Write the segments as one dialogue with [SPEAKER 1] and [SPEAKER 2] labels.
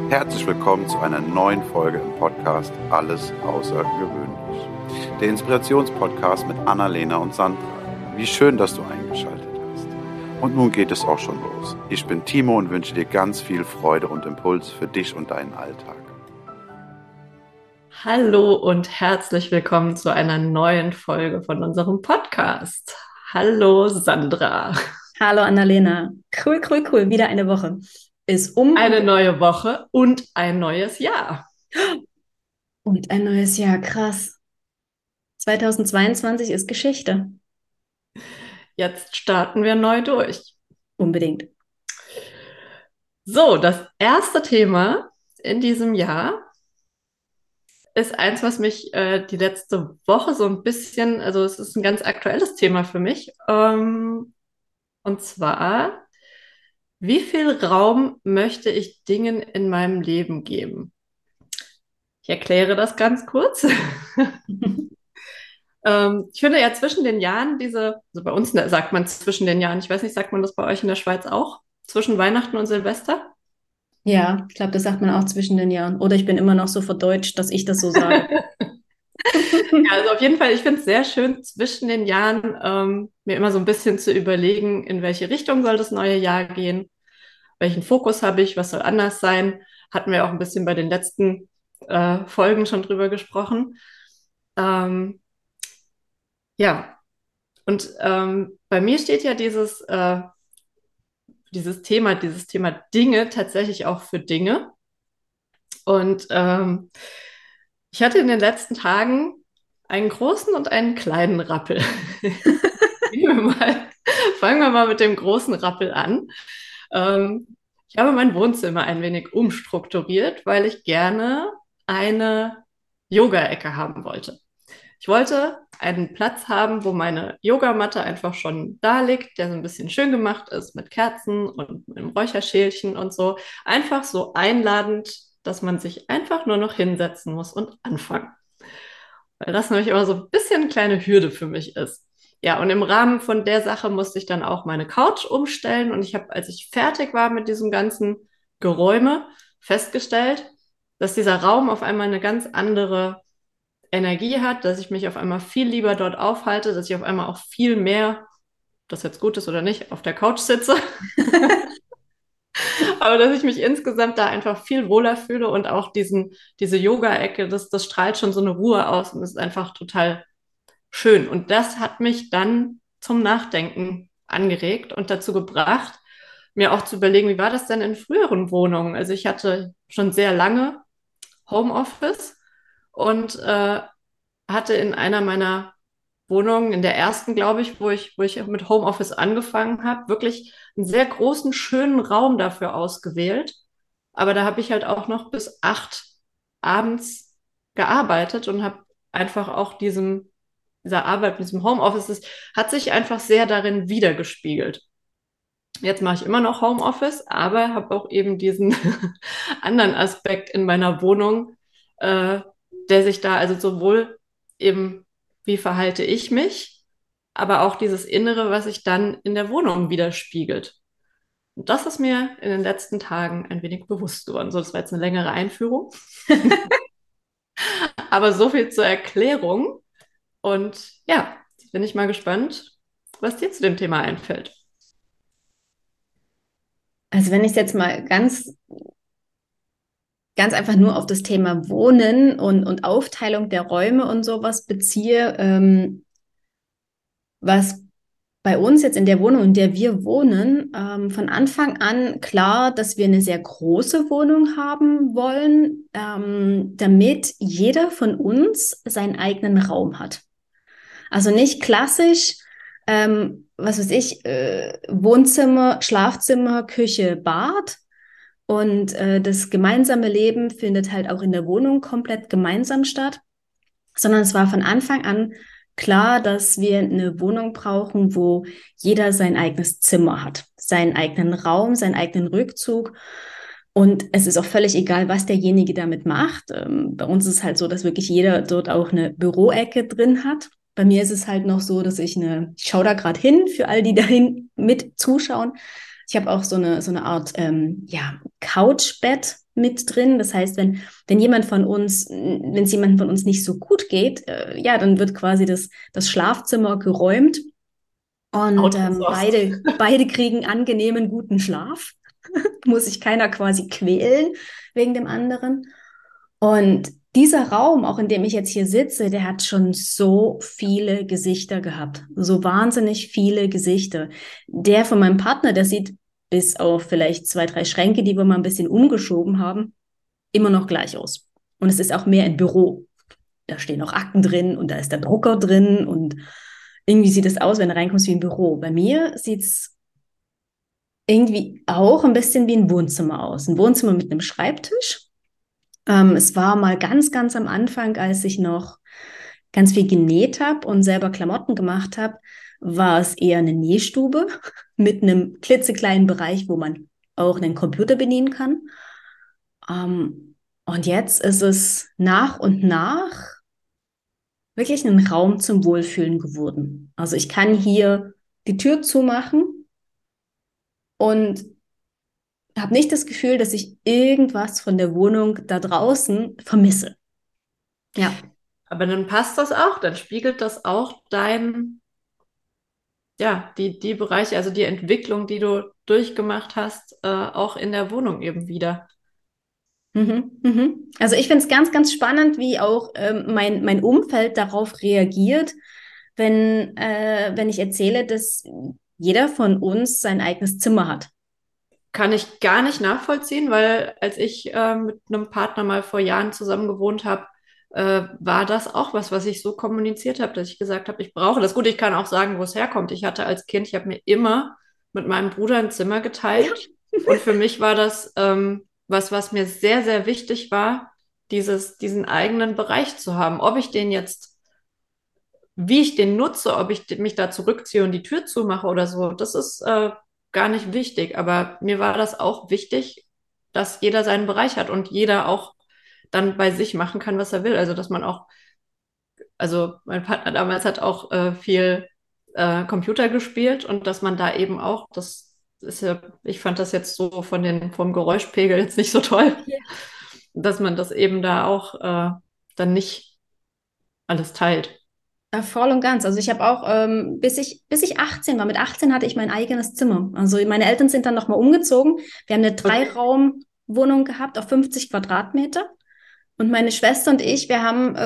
[SPEAKER 1] Herzlich willkommen zu einer neuen Folge im Podcast Alles Außergewöhnlich. Der Inspirationspodcast mit Annalena und Sandra. Wie schön, dass du eingeschaltet hast. Und nun geht es auch schon los. Ich bin Timo und wünsche dir ganz viel Freude und Impuls für dich und deinen Alltag.
[SPEAKER 2] Hallo und herzlich willkommen zu einer neuen Folge von unserem Podcast. Hallo Sandra.
[SPEAKER 3] Hallo Annalena. Cool, cool, cool. Wieder eine Woche ist um
[SPEAKER 2] Eine neue Woche und ein neues Jahr.
[SPEAKER 3] und ein neues Jahr. Krass. 2022 ist Geschichte.
[SPEAKER 2] Jetzt starten wir neu durch.
[SPEAKER 3] Unbedingt.
[SPEAKER 2] So, das erste Thema in diesem Jahr ist eins, was mich die letzte Woche so ein bisschen, also es ist ein ganz aktuelles Thema für mich. Und zwar, wie viel Raum möchte ich Dingen in meinem Leben geben? Ich erkläre das ganz kurz. Ich finde ja zwischen den Jahren also bei uns sagt man zwischen den Jahren, ich weiß nicht, sagt man das bei euch in der Schweiz auch? Zwischen Weihnachten und Silvester?
[SPEAKER 3] Ja, ich glaube, das sagt man auch zwischen den Jahren. Oder ich bin immer noch so verdeutscht, dass ich das so sage.
[SPEAKER 2] Ja, also auf jeden Fall, ich finde es sehr schön, zwischen den Jahren mir immer so ein bisschen zu überlegen, in welche Richtung soll das neue Jahr gehen, welchen Fokus habe ich, was soll anders sein. Hatten wir auch ein bisschen bei den letzten Folgen schon drüber gesprochen. Ähm, ja, und bei mir steht ja dieses Thema Dinge tatsächlich auch für Dinge. Und ich hatte in den letzten Tagen einen großen und einen kleinen Rappel. Fangen wir mal mit dem großen Rappel an. Ich habe mein Wohnzimmer ein wenig umstrukturiert, weil ich gerne eine Yoga-Ecke haben wollte. Ich wollte einen Platz haben, wo meine Yogamatte einfach schon da liegt, der so ein bisschen schön gemacht ist mit Kerzen und einem Räucherschälchen und so. Einfach so einladend, dass man sich einfach nur noch hinsetzen muss und anfangen. Weil das nämlich immer so ein bisschen eine kleine Hürde für mich ist. Ja, und im Rahmen von der Sache musste ich dann auch meine Couch umstellen. Und ich habe, als ich fertig war mit diesem ganzen Geräume, festgestellt, dass dieser Raum auf einmal eine ganz andere Energie hat, dass ich mich auf einmal viel lieber dort aufhalte, dass ich auf einmal auch viel mehr, ob das jetzt gut ist oder nicht, auf der Couch sitze, aber dass ich mich insgesamt da einfach viel wohler fühle und auch diese Yoga-Ecke, das strahlt schon so eine Ruhe aus und ist einfach total schön. Und das hat mich dann zum Nachdenken angeregt und dazu gebracht, mir auch zu überlegen, wie war das denn in früheren Wohnungen? Also ich hatte schon sehr lange Homeoffice und hatte in einer meiner Wohnungen, in der ersten, glaube ich, wo ich mit Homeoffice angefangen habe, wirklich einen sehr großen, schönen Raum dafür ausgewählt. Aber da habe ich halt auch noch bis 8 abends gearbeitet und habe einfach auch dieser Arbeit, diesem Homeoffice, das hat sich einfach sehr darin wiedergespiegelt. Jetzt mache ich immer noch Homeoffice, aber habe auch eben diesen anderen Aspekt in meiner Wohnung, äh, der sich da also sowohl eben, wie verhalte ich mich, aber auch dieses Innere, was sich dann in der Wohnung widerspiegelt. Und das ist mir in den letzten Tagen ein wenig bewusst geworden. So, das war jetzt eine längere Einführung, aber so viel zur Erklärung. Und ja, jetzt bin ich mal gespannt, was dir zu dem Thema einfällt.
[SPEAKER 3] Also wenn ich es jetzt mal ganz einfach nur auf das Thema Wohnen und Aufteilung der Räume und sowas beziehe, was bei uns jetzt in der Wohnung, in der wir wohnen, von Anfang an klar, dass wir eine sehr große Wohnung haben wollen, damit jeder von uns seinen eigenen Raum hat. Also nicht klassisch, was weiß ich, Wohnzimmer, Schlafzimmer, Küche, Bad. Und das gemeinsame Leben findet halt auch in der Wohnung komplett gemeinsam statt, sondern es war von Anfang an klar, dass wir eine Wohnung brauchen, wo jeder sein eigenes Zimmer hat, seinen eigenen Raum, seinen eigenen Rückzug. Und es ist auch völlig egal, was derjenige damit macht. Bei uns ist es halt so, dass wirklich jeder dort auch eine Büroecke drin hat. Bei mir ist es halt noch so, dass ich schaue da gerade hin für all die dahin mit zuschauen. Ich habe auch so eine Art ja, Couchbett mit drin. Das heißt, wenn es jemand von uns nicht so gut geht, ja, dann wird quasi das Schlafzimmer geräumt und
[SPEAKER 2] Outgesourced.
[SPEAKER 3] beide kriegen angenehmen, guten Schlaf. Muss sich keiner quasi quälen wegen dem anderen. Und dieser Raum, auch in dem ich jetzt hier sitze, der hat schon so viele Gesichter gehabt. So wahnsinnig viele Gesichter. Der von meinem Partner, der sieht bis auf vielleicht 2, 3 Schränke, die wir mal ein bisschen umgeschoben haben, immer noch gleich aus. Und es ist auch mehr ein Büro. Da stehen auch Akten drin und da ist der Drucker drin und irgendwie sieht es aus, wenn du reinkommst, wie ein Büro. Bei mir sieht es irgendwie auch ein bisschen wie ein Wohnzimmer aus. Ein Wohnzimmer mit einem Schreibtisch. Es war mal ganz, ganz am Anfang, als ich noch ganz viel genäht habe und selber Klamotten gemacht habe, war es eher eine Nähstube mit einem klitzekleinen Bereich, wo man auch einen Computer bedienen kann. Und jetzt ist es nach und nach wirklich ein Raum zum Wohlfühlen geworden. Also ich kann hier die Tür zumachen und habe nicht das Gefühl, dass ich irgendwas von der Wohnung da draußen vermisse. Ja.
[SPEAKER 2] Aber dann passt das auch, dann spiegelt das auch die Bereiche, also die Entwicklung, die du durchgemacht hast, auch in der Wohnung eben wieder.
[SPEAKER 3] Also ich finde es ganz, ganz spannend, wie auch mein Umfeld darauf reagiert, wenn ich erzähle, dass jeder von uns sein eigenes Zimmer hat.
[SPEAKER 2] Kann ich gar nicht nachvollziehen, weil als ich mit einem Partner mal vor Jahren zusammen gewohnt habe, war das auch was ich so kommuniziert habe, dass ich gesagt habe, ich brauche das. Gut, ich kann auch sagen, wo es herkommt. Ich hatte als Kind, ich habe mir immer mit meinem Bruder ein Zimmer geteilt. Und für mich war das was mir sehr, sehr wichtig war, diesen eigenen Bereich zu haben. Ob ich den jetzt, wie ich den nutze, ob ich mich da zurückziehe und die Tür zumache oder so, das ist gar nicht wichtig. Aber mir war das auch wichtig, dass jeder seinen Bereich hat und jeder auch dann bei sich machen kann, was er will. Also, dass man auch, also mein Partner damals hat auch viel Computer gespielt und dass man da eben auch, das ist ja, ich fand das jetzt so vom Geräuschpegel jetzt nicht so toll,
[SPEAKER 3] Ja.
[SPEAKER 2] dass man das eben da auch dann nicht alles teilt.
[SPEAKER 3] Ja, voll und ganz. Also ich habe auch, bis ich 18 war, mit 18 hatte ich mein eigenes Zimmer. Also meine Eltern sind dann nochmal umgezogen. Wir haben eine
[SPEAKER 2] Okay.
[SPEAKER 3] Dreiraumwohnung gehabt auf 50 Quadratmeter. Und meine Schwester und ich, wir haben,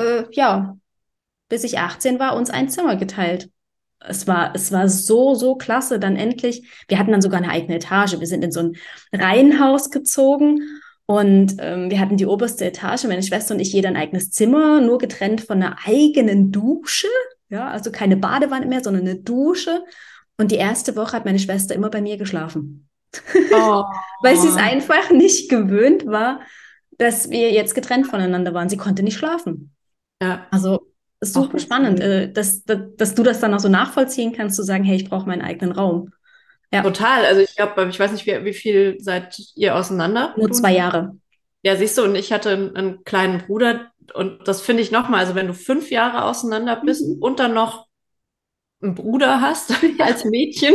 [SPEAKER 3] bis ich 18 war, uns ein Zimmer geteilt. Es war so, so klasse, dann endlich. Wir hatten dann sogar eine eigene Etage. Wir sind in so ein Reihenhaus gezogen und wir hatten die oberste Etage, meine Schwester und ich, jeder ein eigenes Zimmer, nur getrennt von einer eigenen Dusche. Ja, also keine Badewanne mehr, sondern eine Dusche. Und die erste Woche hat meine Schwester immer bei mir geschlafen,
[SPEAKER 2] Oh,
[SPEAKER 3] weil sie es einfach nicht gewöhnt war, dass wir jetzt getrennt voneinander waren. Sie konnte nicht schlafen.
[SPEAKER 2] ja.
[SPEAKER 3] Also
[SPEAKER 2] Ach,
[SPEAKER 3] super
[SPEAKER 2] wie
[SPEAKER 3] spannend,
[SPEAKER 2] süß.
[SPEAKER 3] dass du das dann auch so nachvollziehen kannst, zu sagen, hey, ich brauche meinen eigenen Raum. Ja,
[SPEAKER 2] Total. Also ich glaube, ich weiß nicht, wie viel seid ihr auseinander,
[SPEAKER 3] nur
[SPEAKER 2] du
[SPEAKER 3] zwei
[SPEAKER 2] und
[SPEAKER 3] Jahre.
[SPEAKER 2] ja, siehst du, und ich hatte einen kleinen Bruder und das finde ich nochmal, also wenn du 5 Jahre auseinander bist
[SPEAKER 3] Mhm.
[SPEAKER 2] und dann noch einen Bruder hast
[SPEAKER 3] Ja.
[SPEAKER 2] als Mädchen,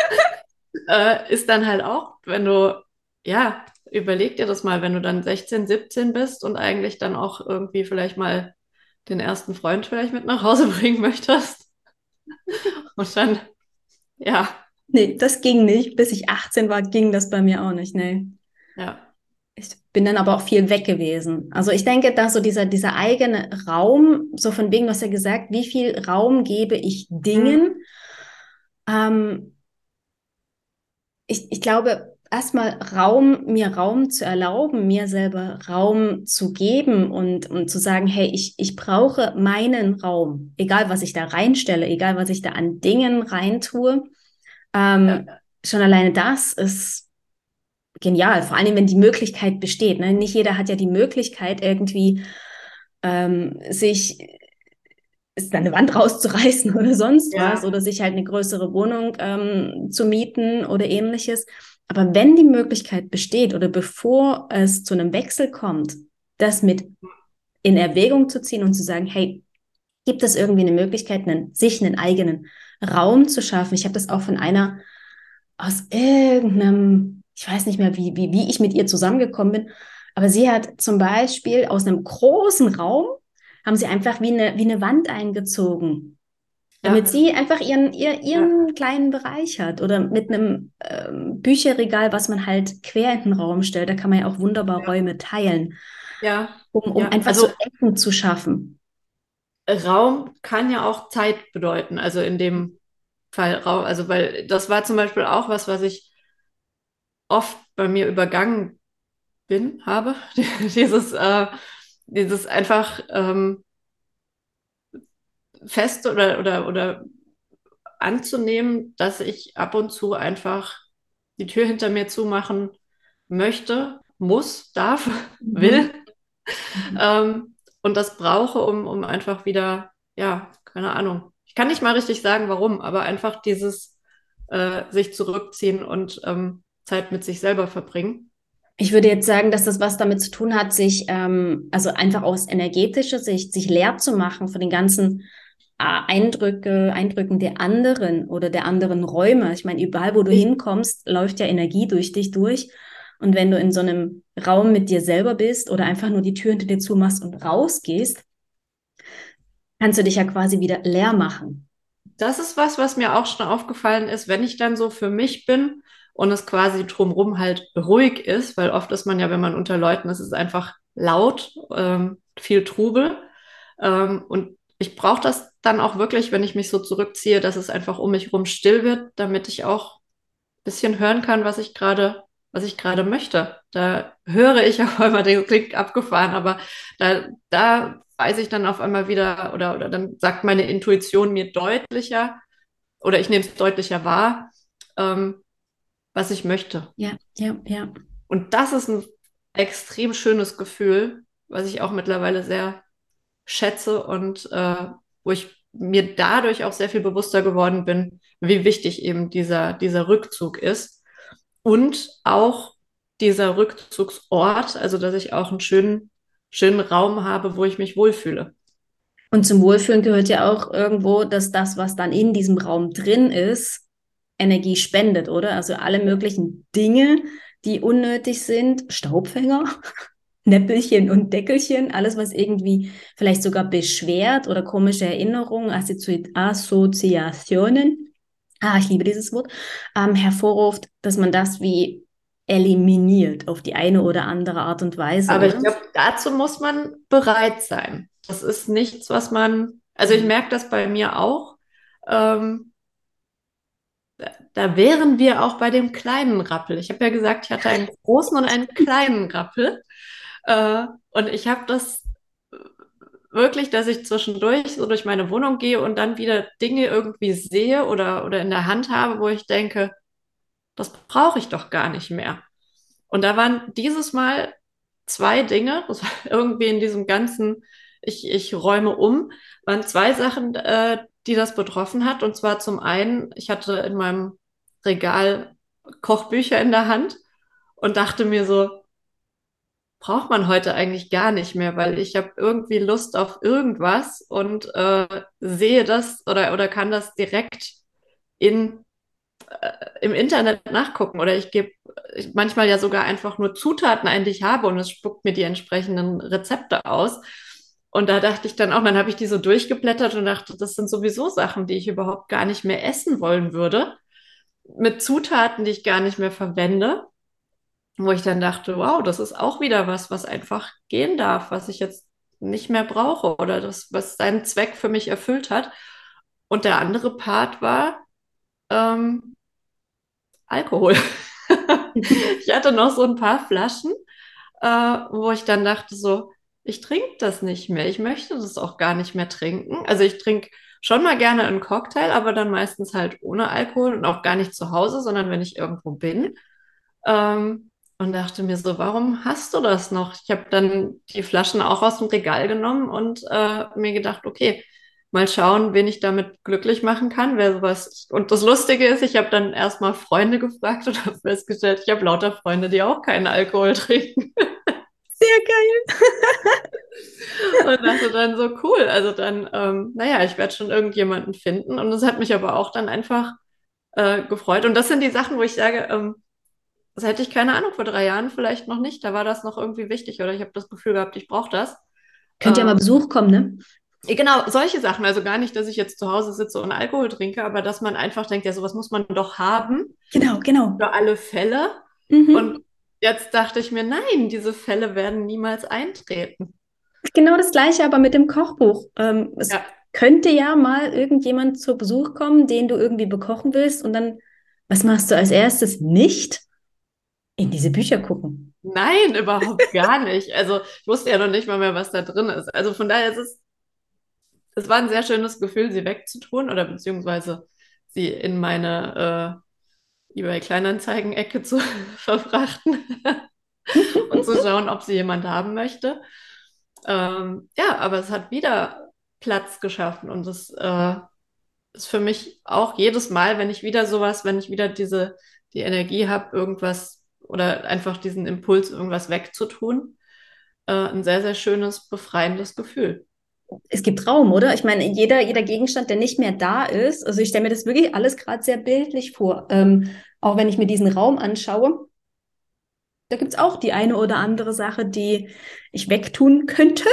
[SPEAKER 2] ist dann halt auch, wenn du, ja, überleg dir das mal, wenn du dann 16, 17 bist und eigentlich dann auch irgendwie vielleicht mal den ersten Freund vielleicht mit nach Hause bringen möchtest und dann, ja,
[SPEAKER 3] Nee, das ging nicht. Bis ich 18 war, ging das bei mir auch nicht. Nee.
[SPEAKER 2] ja.
[SPEAKER 3] Ich bin dann aber auch viel weg gewesen. Also ich denke, dass so dieser eigene Raum, so von wegen, du hast ja gesagt, wie viel Raum gebe ich
[SPEAKER 2] Mhm.
[SPEAKER 3] Dingen? Ähm, ich glaube, erstmal mir Raum zu erlauben, mir selber Raum zu geben und zu sagen, hey, ich brauche meinen Raum, egal was ich da reinstelle, egal was ich da an Dingen reintue.
[SPEAKER 2] Ja.
[SPEAKER 3] Schon alleine das ist genial, vor allem wenn die Möglichkeit besteht. Ne? Nicht jeder hat ja die Möglichkeit, irgendwie sich ist da eine Wand rauszureißen oder sonst was
[SPEAKER 2] Ja.
[SPEAKER 3] oder sich halt eine größere Wohnung zu mieten oder ähnliches. Aber wenn die Möglichkeit besteht oder bevor es zu einem Wechsel kommt, das mit in Erwägung zu ziehen und zu sagen, hey, gibt es irgendwie eine Möglichkeit, sich einen eigenen Raum zu schaffen? Ich habe das auch von einer aus irgendeinem, ich weiß nicht mehr, wie ich mit ihr zusammengekommen bin, Aber sie hat zum Beispiel aus einem großen Raum, haben sie einfach wie eine Wand eingezogen, damit
[SPEAKER 2] Ja,
[SPEAKER 3] sie einfach
[SPEAKER 2] ja,
[SPEAKER 3] ihren kleinen Bereich hat. Oder mit einem Bücherregal, was man halt quer in den Raum stellt. Da kann man ja auch wunderbar
[SPEAKER 2] ja,
[SPEAKER 3] Räume teilen,
[SPEAKER 2] ja,
[SPEAKER 3] um
[SPEAKER 2] ja.
[SPEAKER 3] einfach so
[SPEAKER 2] Also
[SPEAKER 3] Ecken zu schaffen.
[SPEAKER 2] Raum kann ja auch Zeit bedeuten. Also in dem Fall Raum, also weil das war zum Beispiel auch was, was ich oft bei mir übergangen habe. Dieses, dieses einfach fest oder anzunehmen, dass ich ab und zu einfach die Tür hinter mir zumachen möchte, muss, darf, will,
[SPEAKER 3] Mhm. Mhm.
[SPEAKER 2] und das brauche, um einfach wieder, ja, keine Ahnung. Ich kann nicht mal richtig sagen, warum, aber einfach dieses sich zurückziehen und Zeit mit sich selber verbringen.
[SPEAKER 3] Ich würde jetzt sagen, dass das was damit zu tun hat, sich, also einfach aus energetischer Sicht, sich leer zu machen von den ganzen Eindrücken der anderen oder der anderen Räume. Ich meine, überall, wo du
[SPEAKER 2] Ich,
[SPEAKER 3] hinkommst, läuft ja Energie durch dich durch. Und wenn du in so einem Raum mit dir selber bist oder einfach nur die Tür hinter dir zumachst und rausgehst, kannst du dich ja quasi wieder leer machen.
[SPEAKER 2] Das ist was, was mir auch schon aufgefallen ist, wenn ich dann so für mich bin und es quasi drumherum halt ruhig ist, weil oft ist man ja, wenn man unter Leuten ist, es ist einfach laut, viel Trubel. Und ich brauche das dann auch wirklich, wenn ich mich so zurückziehe, dass es einfach um mich rum still wird, damit ich auch ein bisschen hören kann, was ich gerade möchte. Da höre ich auf einmal, das klingt abgefahren, aber da weiß ich dann auf einmal wieder oder dann sagt meine Intuition mir deutlicher oder ich nehme es deutlicher wahr, ähm, was ich möchte.
[SPEAKER 3] Ja, ja, ja.
[SPEAKER 2] Und das ist ein extrem schönes Gefühl, was ich auch mittlerweile sehr schätze und wo ich mir dadurch auch sehr viel bewusster geworden bin, wie wichtig eben dieser Rückzug ist und auch dieser Rückzugsort, also dass ich auch einen schönen Raum habe, wo ich mich wohlfühle.
[SPEAKER 3] Und zum Wohlfühlen gehört ja auch irgendwo, dass das, was dann in diesem Raum drin ist, Energie spendet, oder? Also alle möglichen Dinge, die unnötig sind, Staubfänger, Näppelchen und Deckelchen, alles, was irgendwie vielleicht sogar beschwert oder komische Erinnerungen, Assoziationen, ich liebe dieses Wort, hervorruft, dass man das wie eliminiert auf die eine oder andere Art und Weise,
[SPEAKER 2] Aber ich
[SPEAKER 3] oder?
[SPEAKER 2] glaube, dazu muss man bereit sein. Das ist nichts, was man, also ich
[SPEAKER 3] Mhm.
[SPEAKER 2] merke das bei mir auch. Ähm, Da wären wir auch bei dem kleinen Rappel. Ich habe ja gesagt, ich hatte einen großen und einen kleinen Rappel. Und ich habe das wirklich, dass ich zwischendurch so durch meine Wohnung gehe und dann wieder Dinge irgendwie sehe oder in der Hand habe, wo ich denke, das brauche ich doch gar nicht mehr. Und da waren dieses Mal zwei Dinge, das war irgendwie in diesem ganzen, ich räume um, waren zwei Sachen, die das betroffen hat. Und zwar zum einen, ich hatte in meinem Regal Kochbücher in der Hand und dachte mir so, braucht man heute eigentlich gar nicht mehr, weil ich habe irgendwie Lust auf irgendwas und sehe das oder kann das direkt in im Internet nachgucken oder ich gebe manchmal ja sogar einfach nur Zutaten ein, die ich habe und es spuckt mir die entsprechenden Rezepte aus. Und da dachte ich dann auch, dann habe ich die so durchgeblättert und dachte, das sind sowieso Sachen, die ich überhaupt gar nicht mehr essen wollen würde, mit Zutaten, die ich gar nicht mehr verwende, wo ich dann dachte, wow, das ist auch wieder was, was einfach gehen darf, was ich jetzt nicht mehr brauche oder das, was seinen Zweck für mich erfüllt hat. Und der andere Part war, ähm, Alkohol. Ich hatte noch so ein paar Flaschen, wo ich dann dachte so, ich trinke das nicht mehr. Ich möchte das auch gar nicht mehr trinken. Also ich trinke schon mal gerne einen Cocktail, aber dann meistens halt ohne Alkohol und auch gar nicht zu Hause, sondern wenn ich irgendwo bin. Und dachte mir so, warum hast du das noch? Ich habe dann die Flaschen auch aus dem Regal genommen und mir gedacht, okay, mal schauen, wen ich damit glücklich machen kann, wer sowas. Und das Lustige ist, ich habe dann erstmal Freunde gefragt und habe festgestellt, ich habe lauter Freunde, die auch keinen Alkohol trinken.
[SPEAKER 3] Sehr geil.
[SPEAKER 2] Und dachte dann so, cool, also dann, naja, ich werde schon irgendjemanden finden. Und das hat mich aber auch dann einfach gefreut. Und das sind die Sachen, wo ich sage, Das hätte ich, keine Ahnung, vor 3 Jahren vielleicht noch nicht. Da war das noch irgendwie wichtig oder ich habe das Gefühl gehabt, ich brauche das.
[SPEAKER 3] Könnt ihr mal Besuch kommen, ne?
[SPEAKER 2] Genau, solche Sachen. Also gar nicht, dass ich jetzt zu Hause sitze und Alkohol trinke, aber dass man einfach denkt, ja, sowas muss man doch haben
[SPEAKER 3] Genau, genau.
[SPEAKER 2] für alle Fälle. Und
[SPEAKER 3] Mhm.
[SPEAKER 2] jetzt dachte ich mir, nein, diese Fälle werden niemals eintreten.
[SPEAKER 3] Genau das Gleiche aber mit dem Kochbuch. Es
[SPEAKER 2] Ja,
[SPEAKER 3] könnte ja mal irgendjemand zu Besuch kommen, den du irgendwie bekochen willst und dann, was machst du als erstes? Nicht in diese Bücher gucken.
[SPEAKER 2] nein, überhaupt gar nicht. Also ich wusste ja noch nicht mal mehr, was da drin ist. Also von daher es war ein sehr schönes Gefühl, sie wegzutun oder beziehungsweise sie in meine eBay Kleinanzeigen-Ecke zu verfrachten und zu schauen, ob sie jemand haben möchte. Ja, aber es hat wieder Platz geschaffen und das ist für mich auch jedes Mal, wenn ich wieder sowas, wenn ich wieder die Energie habe, irgendwas oder einfach diesen Impuls, irgendwas wegzutun, ein sehr, sehr schönes, befreiendes Gefühl.
[SPEAKER 3] Es gibt Raum, oder? Ich meine, jeder Gegenstand, der nicht mehr da ist, also ich stelle mir das wirklich alles gerade sehr bildlich vor. Auch wenn ich mir diesen Raum anschaue, da gibt es auch die eine oder andere Sache, die ich wegtun könnte.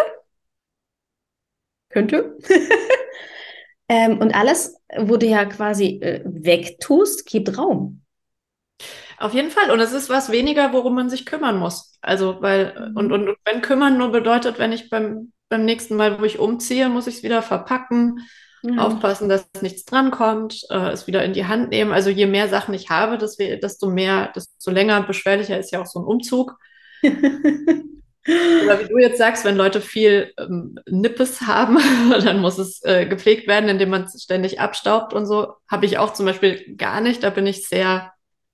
[SPEAKER 3] Könnte. Und alles, wo du ja quasi wegtust, gibt Raum.
[SPEAKER 2] Auf jeden Fall. Und es ist was weniger, worum man sich kümmern muss. Also, weil,
[SPEAKER 3] Mhm.
[SPEAKER 2] und wenn kümmern nur bedeutet, wenn ich beim nächsten Mal, wo ich umziehe, muss ich es wieder verpacken,
[SPEAKER 3] Ja.
[SPEAKER 2] aufpassen, dass nichts drankommt, es wieder in die Hand nehmen. Also je mehr Sachen ich habe, desto länger und beschwerlicher ist ja auch so ein Umzug. Oder wie du jetzt sagst, wenn Leute viel Nippes haben, dann muss es gepflegt werden, indem man es ständig abstaubt und so. Habe ich auch zum Beispiel gar nicht. Da bin ich sehr,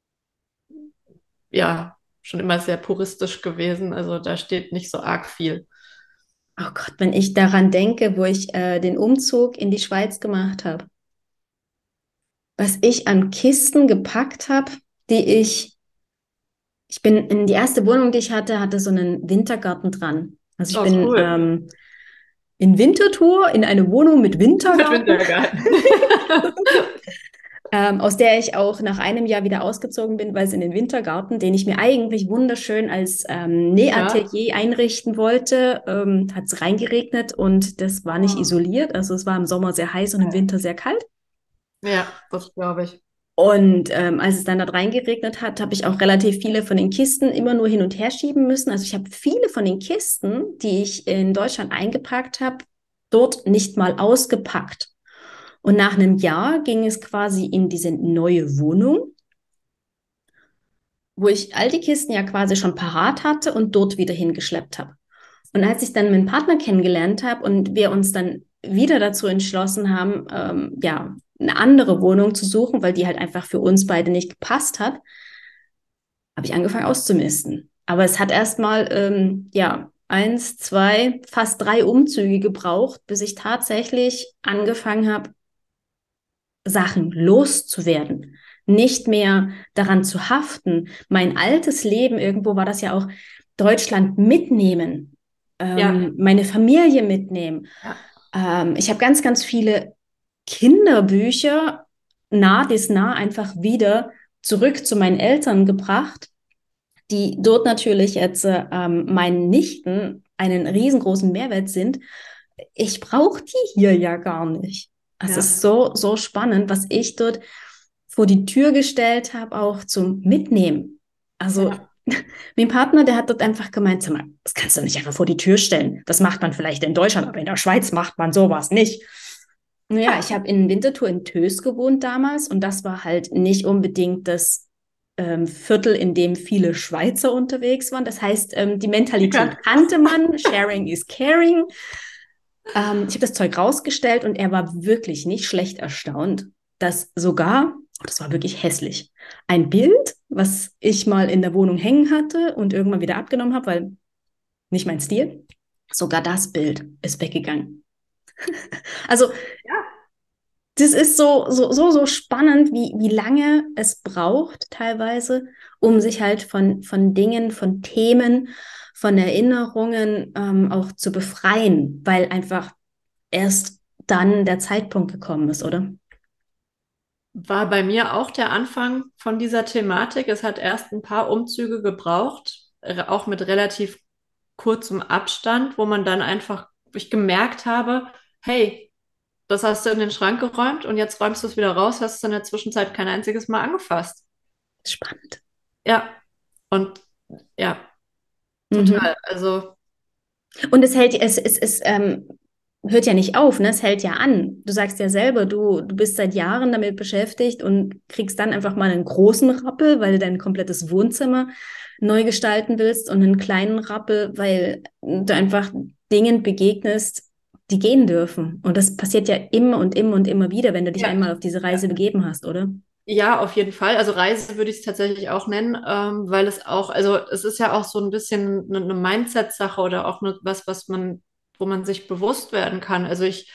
[SPEAKER 2] ja, schon immer sehr puristisch gewesen. Also da steht nicht so arg viel.
[SPEAKER 3] Oh Gott, wenn ich daran denke, wo ich den Umzug in die Schweiz gemacht habe, was ich an Kisten gepackt habe, die ich bin in die erste Wohnung, die ich hatte, hatte so einen Wintergarten dran. Also ich
[SPEAKER 2] Oh, ist
[SPEAKER 3] bin
[SPEAKER 2] cool.
[SPEAKER 3] in Winterthur in eine Wohnung mit
[SPEAKER 2] Mit
[SPEAKER 3] Wintergarten,
[SPEAKER 2] Wintergarten.
[SPEAKER 3] aus der ich auch nach einem Jahr wieder ausgezogen bin, weil es in den Wintergarten, den ich mir eigentlich wunderschön als
[SPEAKER 2] Ja,
[SPEAKER 3] Nähatelier einrichten wollte, hat es reingeregnet und das war nicht
[SPEAKER 2] oh.
[SPEAKER 3] isoliert. Also es war im Sommer sehr heiß und im Winter sehr kalt.
[SPEAKER 2] Ja, das glaube ich.
[SPEAKER 3] Und als es dann dort reingeregnet hat, habe ich auch relativ viele von den Kisten immer nur hin und her schieben müssen. Also ich habe viele von den Kisten, die ich in Deutschland eingepackt habe, dort nicht mal ausgepackt. Und nach einem Jahr ging es quasi in diese neue Wohnung, wo ich all die Kisten ja quasi schon parat hatte und dort wieder hingeschleppt habe. Und als ich dann meinen Partner kennengelernt habe und wir uns dann wieder dazu entschlossen haben, ja, eine andere Wohnung zu suchen, weil die halt einfach für uns beide nicht gepasst hat, habe ich angefangen auszumisten. Aber es hat erstmal, ja, 1, 2, fast 3 Umzüge gebraucht, bis ich tatsächlich angefangen habe, Sachen loszuwerden, nicht mehr daran zu haften. Mein altes Leben, irgendwo war das ja auch Deutschland mitnehmen,
[SPEAKER 2] Ja,
[SPEAKER 3] meine Familie mitnehmen.
[SPEAKER 2] ja,
[SPEAKER 3] Ich habe ganz, ganz viele Kinderbücher nah einfach wieder zurück zu meinen Eltern gebracht, die dort natürlich jetzt meinen Nichten einen riesengroßen Mehrwert sind. Ich brauche die hier ja gar nicht. Es ist
[SPEAKER 2] ja,
[SPEAKER 3] so, so spannend, was ich dort vor die Tür gestellt habe, auch zum Mitnehmen. Also
[SPEAKER 2] ja.
[SPEAKER 3] mein Partner, der hat dort einfach gemeint, sag mal, das kannst du nicht einfach vor die Tür stellen. Das macht man vielleicht in Deutschland, aber in der Schweiz macht man sowas nicht. Naja, ich habe in Winterthur in Tös gewohnt damals und das war halt nicht unbedingt das Viertel, in dem viele Schweizer unterwegs waren. Das heißt, die
[SPEAKER 2] Die
[SPEAKER 3] Mentalität
[SPEAKER 2] kannte das.
[SPEAKER 3] kannte man, Sharing is Caring. Ich habe das Zeug rausgestellt und er war wirklich nicht schlecht erstaunt, dass sogar, das war wirklich hässlich, ein Bild, was ich mal in der Wohnung hängen hatte und irgendwann wieder abgenommen habe, weil nicht mein Stil, sogar das Bild ist weggegangen. Also
[SPEAKER 2] Ja,
[SPEAKER 3] das ist so spannend, wie lange es braucht teilweise, um sich halt von Dingen, von Themen, von Erinnerungen auch zu befreien, weil einfach erst dann der Zeitpunkt gekommen ist, oder?
[SPEAKER 2] war bei mir auch der Anfang von dieser Thematik. Es hat erst ein paar Umzüge gebraucht, auch mit relativ kurzem Abstand, wo man dann einfach, ich gemerkt habe, hey, das hast du in den Schrank geräumt und jetzt räumst du es wieder raus, hast es in der Zwischenzeit kein einziges Mal angefasst.
[SPEAKER 3] Spannend.
[SPEAKER 2] Ja, und ja,
[SPEAKER 3] Mhm.
[SPEAKER 2] total. Also,
[SPEAKER 3] Und es hört ja nicht auf, ne? Es hält ja an. Du sagst ja selber, du bist seit Jahren damit beschäftigt und kriegst dann einfach mal einen großen Rappel, weil du dein komplettes Wohnzimmer neu gestalten willst und einen kleinen Rappel, weil du einfach Dingen begegnest, die gehen dürfen. Und das passiert ja immer und immer und immer wieder, wenn du dich
[SPEAKER 2] ja,
[SPEAKER 3] einmal auf diese Reise
[SPEAKER 2] ja.
[SPEAKER 3] begeben hast, oder?
[SPEAKER 2] Ja, auf jeden Fall. Also Reise würde ich es tatsächlich auch nennen, weil es auch, also es ist ja auch so ein bisschen eine Mindset-Sache oder auch was man, wo man sich bewusst werden kann. Also ich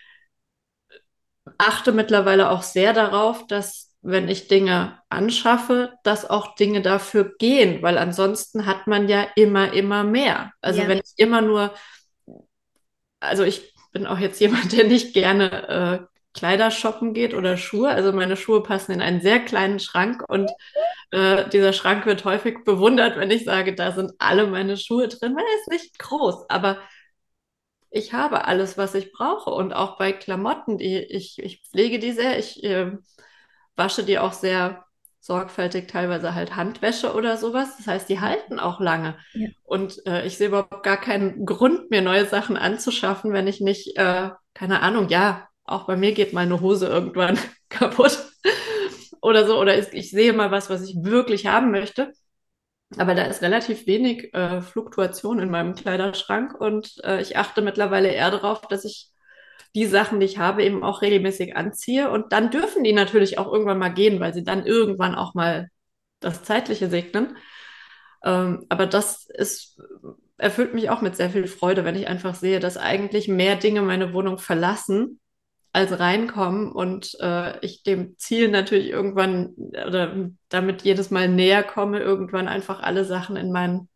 [SPEAKER 2] achte mittlerweile auch sehr darauf, dass wenn ich Dinge anschaffe, dass auch Dinge dafür gehen, weil ansonsten hat man ja immer mehr. Also
[SPEAKER 3] Ja.
[SPEAKER 2] wenn ich immer nur, also ich bin auch jetzt jemand, der nicht gerne Kleider shoppen geht oder Schuhe. Also meine Schuhe passen in einen sehr kleinen Schrank und dieser Schrank wird häufig bewundert, wenn ich sage, da sind alle meine Schuhe drin, weil er ist nicht groß, aber ich habe alles, was ich brauche. Und auch bei Klamotten, ich pflege die sehr, ich wasche die auch sehr sorgfältig, teilweise halt Handwäsche oder sowas. Das heißt, die halten auch lange.
[SPEAKER 3] Ja.
[SPEAKER 2] Und ich sehe überhaupt gar keinen Grund, mir neue Sachen anzuschaffen, wenn ich nicht, keine Ahnung, ja, auch bei mir geht meine Hose irgendwann kaputt oder so. Oder ich sehe mal was ich wirklich haben möchte. Aber da ist relativ wenig Fluktuation in meinem Kleiderschrank und ich achte mittlerweile eher darauf, dass ich die Sachen, die ich habe, eben auch regelmäßig anziehe. Und dann dürfen die natürlich auch irgendwann mal gehen, weil sie dann irgendwann auch mal das Zeitliche segnen. Aber das ist, erfüllt mich auch mit sehr viel Freude, wenn ich einfach sehe, dass eigentlich mehr Dinge meine Wohnung verlassen, als reinkommen und ich dem Ziel natürlich irgendwann oder damit jedes Mal näher komme, irgendwann einfach alle Sachen in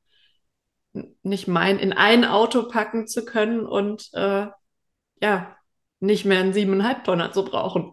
[SPEAKER 2] in ein Auto packen zu können und ja, nicht mehr einen 7,5 Tonner zu brauchen.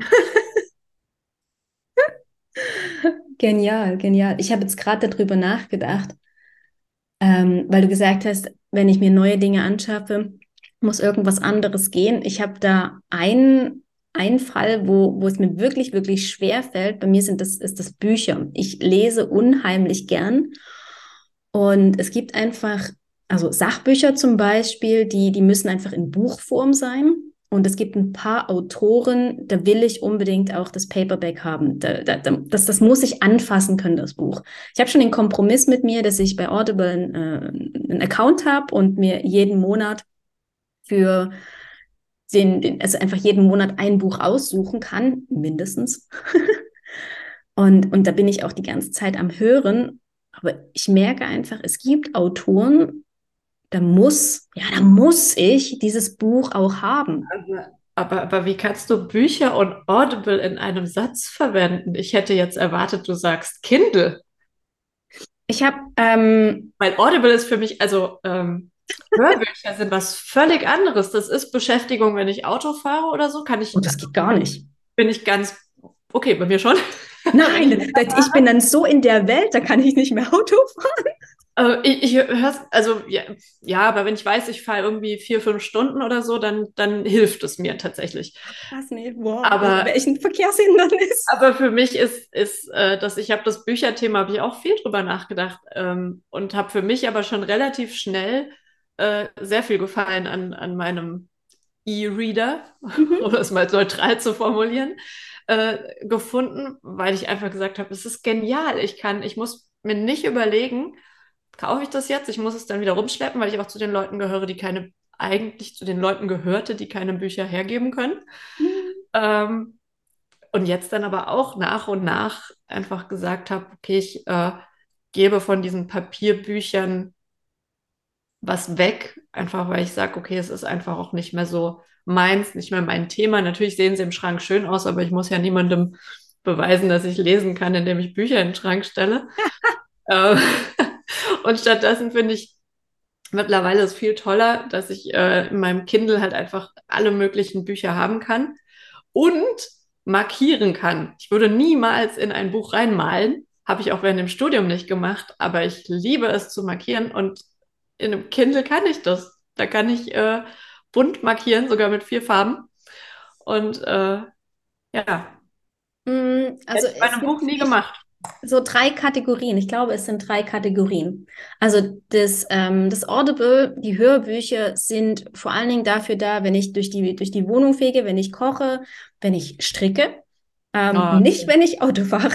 [SPEAKER 3] Genial, genial. Ich habe jetzt gerade darüber nachgedacht, weil du gesagt hast, wenn ich mir neue Dinge anschaffe, muss irgendwas anderes gehen. Ich habe da einen Fall, wo es mir wirklich, wirklich schwer fällt. Bei mir ist das Bücher. Ich lese unheimlich gern und es gibt einfach, also Sachbücher zum Beispiel, die müssen einfach in Buchform sein. Und es gibt ein paar Autoren, da will ich unbedingt auch das Paperback haben. Das muss ich anfassen können, das Buch. Ich habe schon den Kompromiss mit mir, dass ich bei Audible einen Account habe und mir jeden Monat für also einfach jeden Monat ein Buch aussuchen kann, mindestens. Und da bin ich auch die ganze Zeit am Hören. Aber ich merke einfach, es gibt Autoren, da muss ich dieses Buch auch haben.
[SPEAKER 2] Aber wie kannst du Bücher und Audible in einem Satz verwenden? Ich hätte jetzt erwartet, du sagst Kindle.
[SPEAKER 3] Ich habe,
[SPEAKER 2] Weil Audible ist für mich, also Hörbücher sind was völlig anderes. Das ist Beschäftigung, wenn ich Auto fahre oder so,
[SPEAKER 3] oh, das geht gar nicht.
[SPEAKER 2] bin ich ganz, okay, bei mir schon. Wenn ich,
[SPEAKER 3] Nein, ich bin dann so in der Welt, da kann ich nicht mehr Auto fahren.
[SPEAKER 2] ich höre also ja, aber wenn ich weiß, ich fahre irgendwie 4, 5 Stunden oder so, dann hilft es mir tatsächlich.
[SPEAKER 3] Krass, nee, wow,
[SPEAKER 2] Aber
[SPEAKER 3] welchen Verkehrshindernis.
[SPEAKER 2] Aber für mich dass ich habe das Bücherthema, habe ich auch viel drüber nachgedacht und habe für mich aber schon relativ schnell sehr viel Gefallen an meinem E-Reader,
[SPEAKER 3] Mhm.
[SPEAKER 2] um es mal neutral zu formulieren, gefunden, weil ich einfach gesagt habe, es ist genial. Ich muss mir nicht überlegen, kaufe ich das jetzt? Ich muss es dann wieder rumschleppen, weil ich auch zu den Leuten gehöre, eigentlich zu den Leuten gehörte, die keine Bücher hergeben können. Ähm, und jetzt dann aber auch nach und nach einfach gesagt habe, okay, ich gebe von diesen Papierbüchern was weg, einfach weil ich sage, okay, es ist einfach auch nicht mehr so meins, nicht mehr mein Thema. Natürlich sehen sie im Schrank schön aus, aber ich muss ja niemandem beweisen, dass ich lesen kann, indem ich Bücher in den Schrank stelle. Äh, und stattdessen finde ich mittlerweile ist viel toller, dass ich in meinem Kindle halt einfach alle möglichen Bücher haben kann. Und markieren kann. Ich würde niemals in ein Buch reinmalen, habe ich auch während dem Studium nicht gemacht, aber ich liebe es zu markieren und in einem Kindle kann ich das. Da kann ich bunt markieren, sogar mit 4 Farben. Und ja,
[SPEAKER 3] Also
[SPEAKER 2] hätte ich bei
[SPEAKER 3] es
[SPEAKER 2] einem
[SPEAKER 3] gibt
[SPEAKER 2] Buch
[SPEAKER 3] für
[SPEAKER 2] nie
[SPEAKER 3] mich
[SPEAKER 2] gemacht.
[SPEAKER 3] so 3 Kategorien. Ich glaube, es sind 3 Kategorien. Also das Audible, die Hörbücher sind vor allen Dingen dafür da, wenn ich durch die Wohnung fege, wenn ich koche, wenn ich stricke.
[SPEAKER 2] Oh,
[SPEAKER 3] Nicht, wenn ich Auto fahre.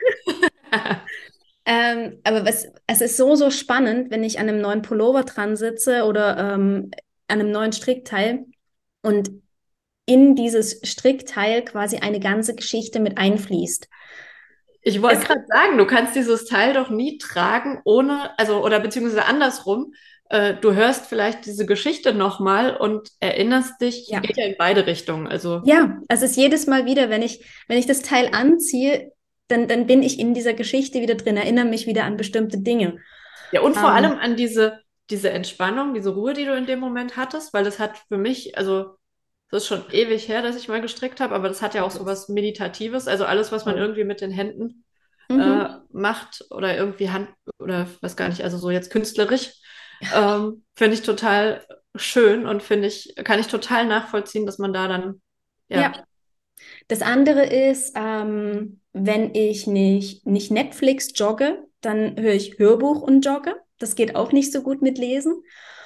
[SPEAKER 3] Aber es ist so, so spannend, wenn ich an einem neuen Pullover dran sitze oder an einem neuen Strickteil und in dieses Strickteil quasi eine ganze Geschichte mit einfließt.
[SPEAKER 2] ich wollte
[SPEAKER 3] Es,
[SPEAKER 2] gerade sagen, du kannst dieses Teil doch nie tragen, ohne, also, oder beziehungsweise andersrum. Du hörst vielleicht diese Geschichte nochmal und erinnerst dich,
[SPEAKER 3] ja.
[SPEAKER 2] geht ja in beide Richtungen. Also,
[SPEAKER 3] Ja, es ist jedes Mal wieder, wenn ich das Teil anziehe, dann bin ich in dieser Geschichte wieder drin, erinnere mich wieder an bestimmte Dinge.
[SPEAKER 2] ja, und vor allem
[SPEAKER 3] Ähm,
[SPEAKER 2] an diese Entspannung, diese Ruhe, die du in dem Moment hattest, weil das hat für mich, also, das ist schon ewig her, dass ich mal gestrickt habe, aber das hat ja auch so was Meditatives. Also alles, was man
[SPEAKER 3] Voll.
[SPEAKER 2] irgendwie mit den Händen
[SPEAKER 3] Mhm.
[SPEAKER 2] macht oder irgendwie Hand oder was gar nicht, also so jetzt künstlerisch, finde ich total schön und kann ich total nachvollziehen, dass man da dann, ja.
[SPEAKER 3] Ja, das andere ist, wenn ich nicht Netflix jogge, dann höre ich Hörbuch und jogge. Das geht auch nicht so gut mit Lesen.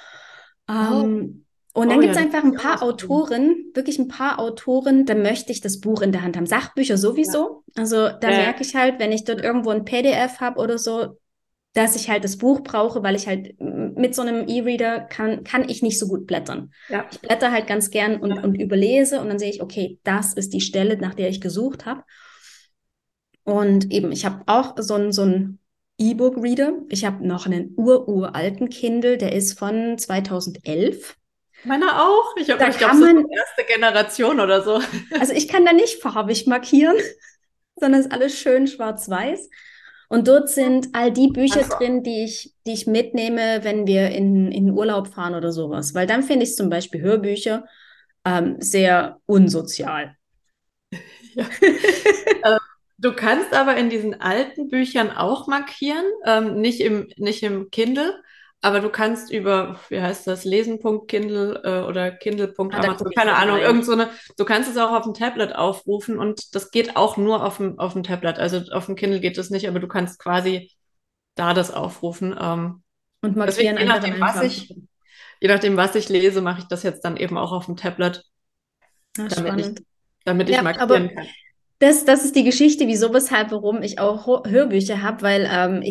[SPEAKER 2] Oh,
[SPEAKER 3] Und dann
[SPEAKER 2] oh
[SPEAKER 3] gibt
[SPEAKER 2] ja,
[SPEAKER 3] es
[SPEAKER 2] das
[SPEAKER 3] einfach
[SPEAKER 2] muss
[SPEAKER 3] ein
[SPEAKER 2] ich auch
[SPEAKER 3] paar
[SPEAKER 2] ausprobieren.
[SPEAKER 3] Autoren, wirklich ein paar Autoren, da möchte ich das Buch in der Hand haben. Sachbücher
[SPEAKER 2] Ja,
[SPEAKER 3] sowieso. Also da
[SPEAKER 2] ja,
[SPEAKER 3] merke ich halt, wenn ich dort irgendwo ein PDF habe oder so, dass ich halt das Buch brauche, weil ich halt mit so einem E-Reader kann ich nicht so gut blättern.
[SPEAKER 2] ja,
[SPEAKER 3] Ich blätter halt ganz gern und,
[SPEAKER 2] ja.
[SPEAKER 3] und überlese und dann sehe ich, okay, das ist die Stelle, nach der ich gesucht habe. Und eben, ich habe auch so ein E-Book-Reader. Ich habe noch einen uralten Kindle, der ist von 2011.
[SPEAKER 2] Meiner auch.
[SPEAKER 3] Da
[SPEAKER 2] Ich glaube,
[SPEAKER 3] kann
[SPEAKER 2] es ist so
[SPEAKER 3] man,
[SPEAKER 2] erste Generation oder so.
[SPEAKER 3] also ich kann da nicht farbig markieren, sondern es ist alles schön schwarz-weiß. Und dort sind all die Bücher
[SPEAKER 2] Also,
[SPEAKER 3] drin, die ich mitnehme, wenn wir in Urlaub fahren oder sowas. Weil dann finde ich zum Beispiel Hörbücher sehr unsozial.
[SPEAKER 2] ja. Äh, Du kannst aber in diesen alten Büchern auch markieren, nicht im Kindle, aber du kannst über, wie heißt das, lesen.kindle oder
[SPEAKER 3] Ah, da
[SPEAKER 2] kindle.amazon,
[SPEAKER 3] gucke ich
[SPEAKER 2] keine
[SPEAKER 3] mal
[SPEAKER 2] Ahnung,
[SPEAKER 3] rein.
[SPEAKER 2] du kannst es auch auf dem Tablet aufrufen und das geht auch nur auf dem Tablet. Also auf dem Kindle geht das nicht, aber du kannst quasi da das aufrufen.
[SPEAKER 3] Und
[SPEAKER 2] Deswegen,
[SPEAKER 3] markieren einfach dann einfach.
[SPEAKER 2] je nachdem, was ich lese, mache ich das jetzt dann eben auch auf dem Tablet,
[SPEAKER 3] Ah,
[SPEAKER 2] damit ich,
[SPEAKER 3] spannend.
[SPEAKER 2] damit ich
[SPEAKER 3] Ja,
[SPEAKER 2] markieren
[SPEAKER 3] aber
[SPEAKER 2] kann.
[SPEAKER 3] das ist die Geschichte, wieso, weshalb, warum ich auch Hörbücher habe, weil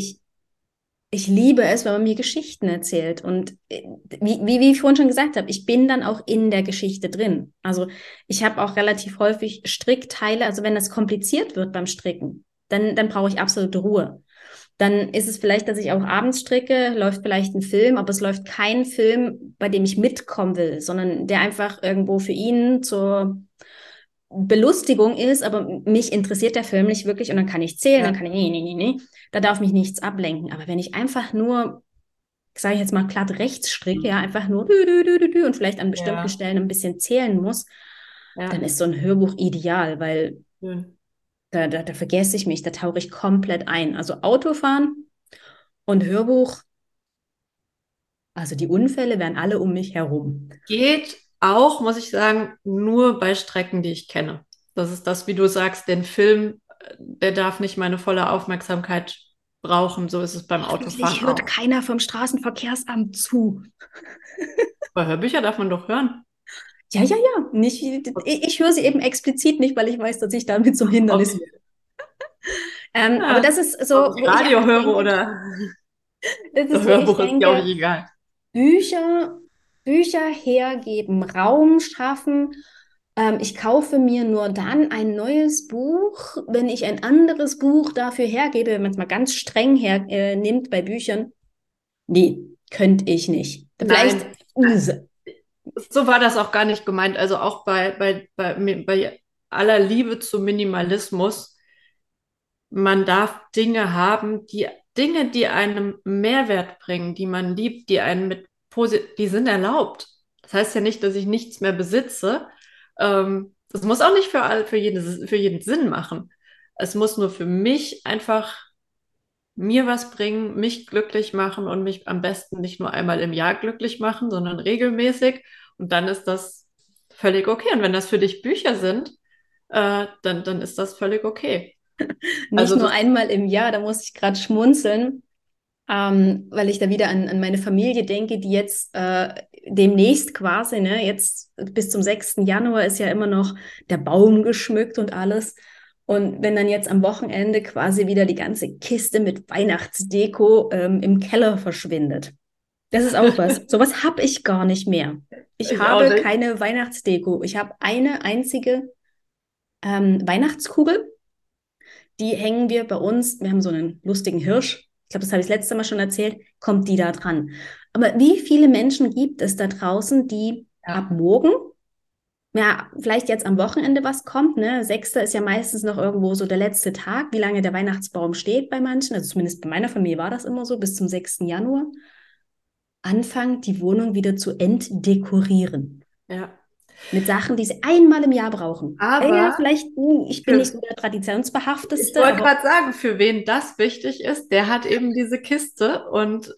[SPEAKER 3] ich liebe es, wenn man mir Geschichten erzählt. Und wie ich vorhin schon gesagt habe, ich bin dann auch in der Geschichte drin. Also ich habe auch relativ häufig Strickteile. Also wenn das kompliziert wird beim Stricken, dann brauche ich absolute Ruhe. Dann ist es vielleicht, dass ich auch abends stricke, läuft vielleicht ein Film, aber es läuft kein Film, bei dem ich mitkommen will, sondern der einfach irgendwo für ihn zur Belustigung ist, aber mich interessiert der Film nicht wirklich und dann kann ich zählen, dann
[SPEAKER 2] Ja,
[SPEAKER 3] kann ich, nee. Da darf mich nichts ablenken. Aber wenn ich einfach nur, sage ich jetzt mal glatt rechts stricke, ja, einfach nur und vielleicht an bestimmten
[SPEAKER 2] ja,
[SPEAKER 3] Stellen ein bisschen zählen muss, dann
[SPEAKER 2] ja.
[SPEAKER 3] ist so ein Hörbuch ideal, weil
[SPEAKER 2] Schön.
[SPEAKER 3] da vergesse ich mich, da tauche ich komplett ein. Also Autofahren und Hörbuch, also die Unfälle wären alle um mich herum.
[SPEAKER 2] Geht auch, muss ich sagen, nur bei Strecken, die ich kenne. Das ist das, wie du sagst, den Film, der darf nicht meine volle Aufmerksamkeit brauchen. So ist es beim
[SPEAKER 3] Hoffentlich
[SPEAKER 2] Autofahren
[SPEAKER 3] hört
[SPEAKER 2] auch.
[SPEAKER 3] keiner vom Straßenverkehrsamt zu.
[SPEAKER 2] Bei Hörbücher darf man doch hören.
[SPEAKER 3] Ja. Nicht, ich höre sie eben explizit nicht, weil ich weiß, dass ich damit zum Hindernis
[SPEAKER 2] Okay.
[SPEAKER 3] werde. Aber
[SPEAKER 2] Ja,
[SPEAKER 3] das ist so,
[SPEAKER 2] ob ich
[SPEAKER 3] wo ich
[SPEAKER 2] Radio
[SPEAKER 3] einfach
[SPEAKER 2] höre
[SPEAKER 3] denke,
[SPEAKER 2] oder
[SPEAKER 3] das ist,
[SPEAKER 2] das
[SPEAKER 3] wo ich
[SPEAKER 2] Hörbuch ist, glaube ich,
[SPEAKER 3] denke,
[SPEAKER 2] egal.
[SPEAKER 3] Bücher, Bücher hergeben, Raum schaffen. Ich kaufe mir nur dann ein neues Buch, wenn ich ein anderes Buch dafür hergebe, wenn man es mal ganz streng nimmt bei Büchern. Nee, könnte ich nicht. Vielleicht,
[SPEAKER 2] Nein, so war das auch gar nicht gemeint. Also auch bei aller Liebe zum Minimalismus, man darf Dinge haben, Dinge, die einem Mehrwert bringen, die man liebt, die sind erlaubt. Das heißt ja nicht, dass ich nichts mehr besitze. Das muss auch nicht für jeden Sinn machen. Es muss nur für mich einfach mir was bringen, mich glücklich machen und mich am besten nicht nur einmal im Jahr glücklich machen, sondern regelmäßig. Und dann ist das völlig okay. Und wenn das für dich Bücher sind, dann ist das völlig okay.
[SPEAKER 3] Nicht
[SPEAKER 2] Also
[SPEAKER 3] nur
[SPEAKER 2] das,
[SPEAKER 3] einmal im Jahr, da muss ich gerade schmunzeln, weil ich da wieder an meine Familie denke, die jetzt demnächst quasi, ne, jetzt bis zum 6. Januar ist ja immer noch der Baum geschmückt und alles. Und wenn dann jetzt am Wochenende quasi wieder die ganze Kiste mit Weihnachtsdeko im Keller verschwindet. Das ist auch was. Sowas habe ich gar nicht mehr. Ich
[SPEAKER 2] ich auch
[SPEAKER 3] habe
[SPEAKER 2] nicht.
[SPEAKER 3] keine Weihnachtsdeko. Ich habe eine einzige Weihnachtskugel. Die hängen wir bei uns. Wir haben so einen lustigen Hirsch. Ich glaube, das habe ich das letzte Mal schon erzählt. Kommt die da dran? Aber wie viele Menschen gibt es da draußen, die
[SPEAKER 2] Ja.
[SPEAKER 3] ab morgen, ja, vielleicht jetzt am Wochenende was kommt, ne? 6. ist ja meistens noch irgendwo so der letzte Tag, wie lange der Weihnachtsbaum steht bei manchen. Also zumindest bei meiner Familie war das immer so, bis zum 6. Januar. Anfangen, die Wohnung wieder zu entdekorieren.
[SPEAKER 2] Ja.
[SPEAKER 3] Mit Sachen, die sie einmal im Jahr brauchen. Ja,
[SPEAKER 2] Aber
[SPEAKER 3] vielleicht, ich bin nicht so der
[SPEAKER 2] ich
[SPEAKER 3] traditionsbehafteste,
[SPEAKER 2] wollte
[SPEAKER 3] aber
[SPEAKER 2] gerade sagen, für wen das wichtig ist, der hat eben diese Kiste und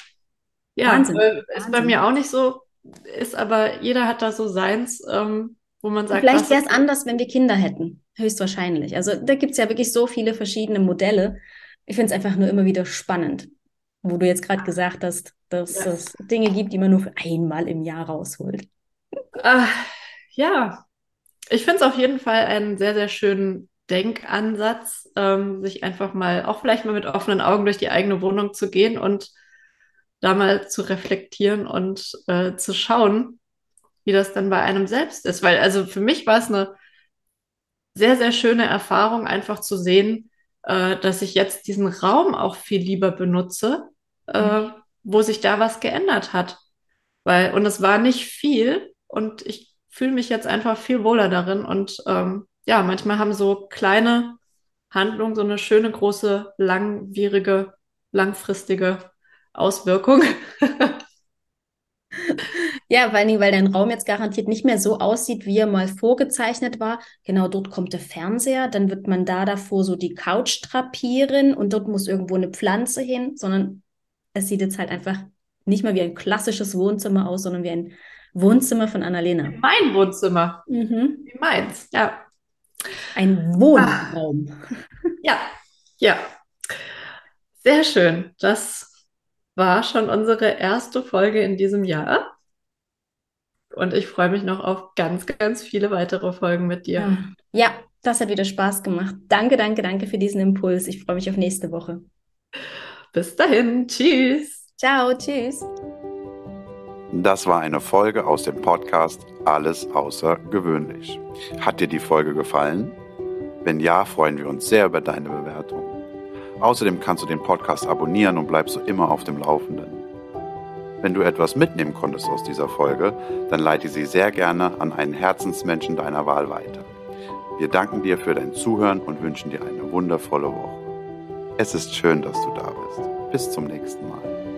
[SPEAKER 2] ja,
[SPEAKER 3] Wahnsinn,
[SPEAKER 2] ist bei mir
[SPEAKER 3] Wahnsinn.
[SPEAKER 2] auch nicht so, ist aber jeder hat da so seins, wo man
[SPEAKER 3] Und
[SPEAKER 2] sagt,
[SPEAKER 3] vielleicht
[SPEAKER 2] das
[SPEAKER 3] wäre
[SPEAKER 2] ist
[SPEAKER 3] es anders, wenn wir Kinder hätten. Höchstwahrscheinlich. Also da gibt es ja wirklich so viele verschiedene Modelle. Ich finde es einfach nur immer wieder spannend, wo du jetzt gerade gesagt hast, dass
[SPEAKER 2] ja.
[SPEAKER 3] es Dinge gibt, die man nur für einmal im Jahr rausholt.
[SPEAKER 2] Ah, ja, ich finde es auf jeden Fall einen sehr, sehr schönen Denkansatz, sich einfach mal, auch vielleicht mal mit offenen Augen durch die eigene Wohnung zu gehen und da mal zu reflektieren und zu schauen, wie das dann bei einem selbst ist. Weil also für mich war es eine sehr, sehr schöne Erfahrung, einfach zu sehen, dass ich jetzt diesen Raum auch viel lieber benutze,
[SPEAKER 3] Ja.
[SPEAKER 2] wo sich da was geändert hat. Und es war nicht viel und ich fühle mich jetzt einfach viel wohler darin. Und ja, manchmal haben so kleine Handlungen so eine schöne, große, langwierige, langfristige Auswirkung.
[SPEAKER 3] Ja, vor allen Dingen, weil dein Raum jetzt garantiert nicht mehr so aussieht, wie er mal vorgezeichnet war. Genau, dort kommt der Fernseher, dann wird man da davor so die Couch drapieren und dort muss irgendwo eine Pflanze hin, sondern es sieht jetzt halt einfach nicht mal wie ein klassisches Wohnzimmer aus, sondern wie ein Wohnzimmer von Annalena.
[SPEAKER 2] Mein Wohnzimmer,
[SPEAKER 3] Mhm.
[SPEAKER 2] wie meins, ja.
[SPEAKER 3] Ein
[SPEAKER 2] Ah,
[SPEAKER 3] Wohnraum.
[SPEAKER 2] ja, ja, sehr schön. Das war schon unsere erste Folge in diesem Jahr. Und ich freue mich noch auf ganz, ganz viele weitere Folgen mit dir.
[SPEAKER 3] Ah, ja, das hat wieder Spaß gemacht. Danke, danke, danke für diesen Impuls. Ich freue mich auf nächste Woche.
[SPEAKER 2] Bis dahin, tschüss.
[SPEAKER 3] Ciao, tschüss.
[SPEAKER 1] Das war eine Folge aus dem Podcast Alles außergewöhnlich. Hat dir die Folge gefallen? Wenn ja, freuen wir uns sehr über deine Bewertung. Außerdem kannst du den Podcast abonnieren und bleibst so immer auf dem Laufenden. Wenn du etwas mitnehmen konntest aus dieser Folge, dann leite sie sehr gerne an einen Herzensmenschen deiner Wahl weiter. Wir danken dir für dein Zuhören und wünschen dir eine wundervolle Woche. Es ist schön, dass du da bist. Bis zum nächsten Mal.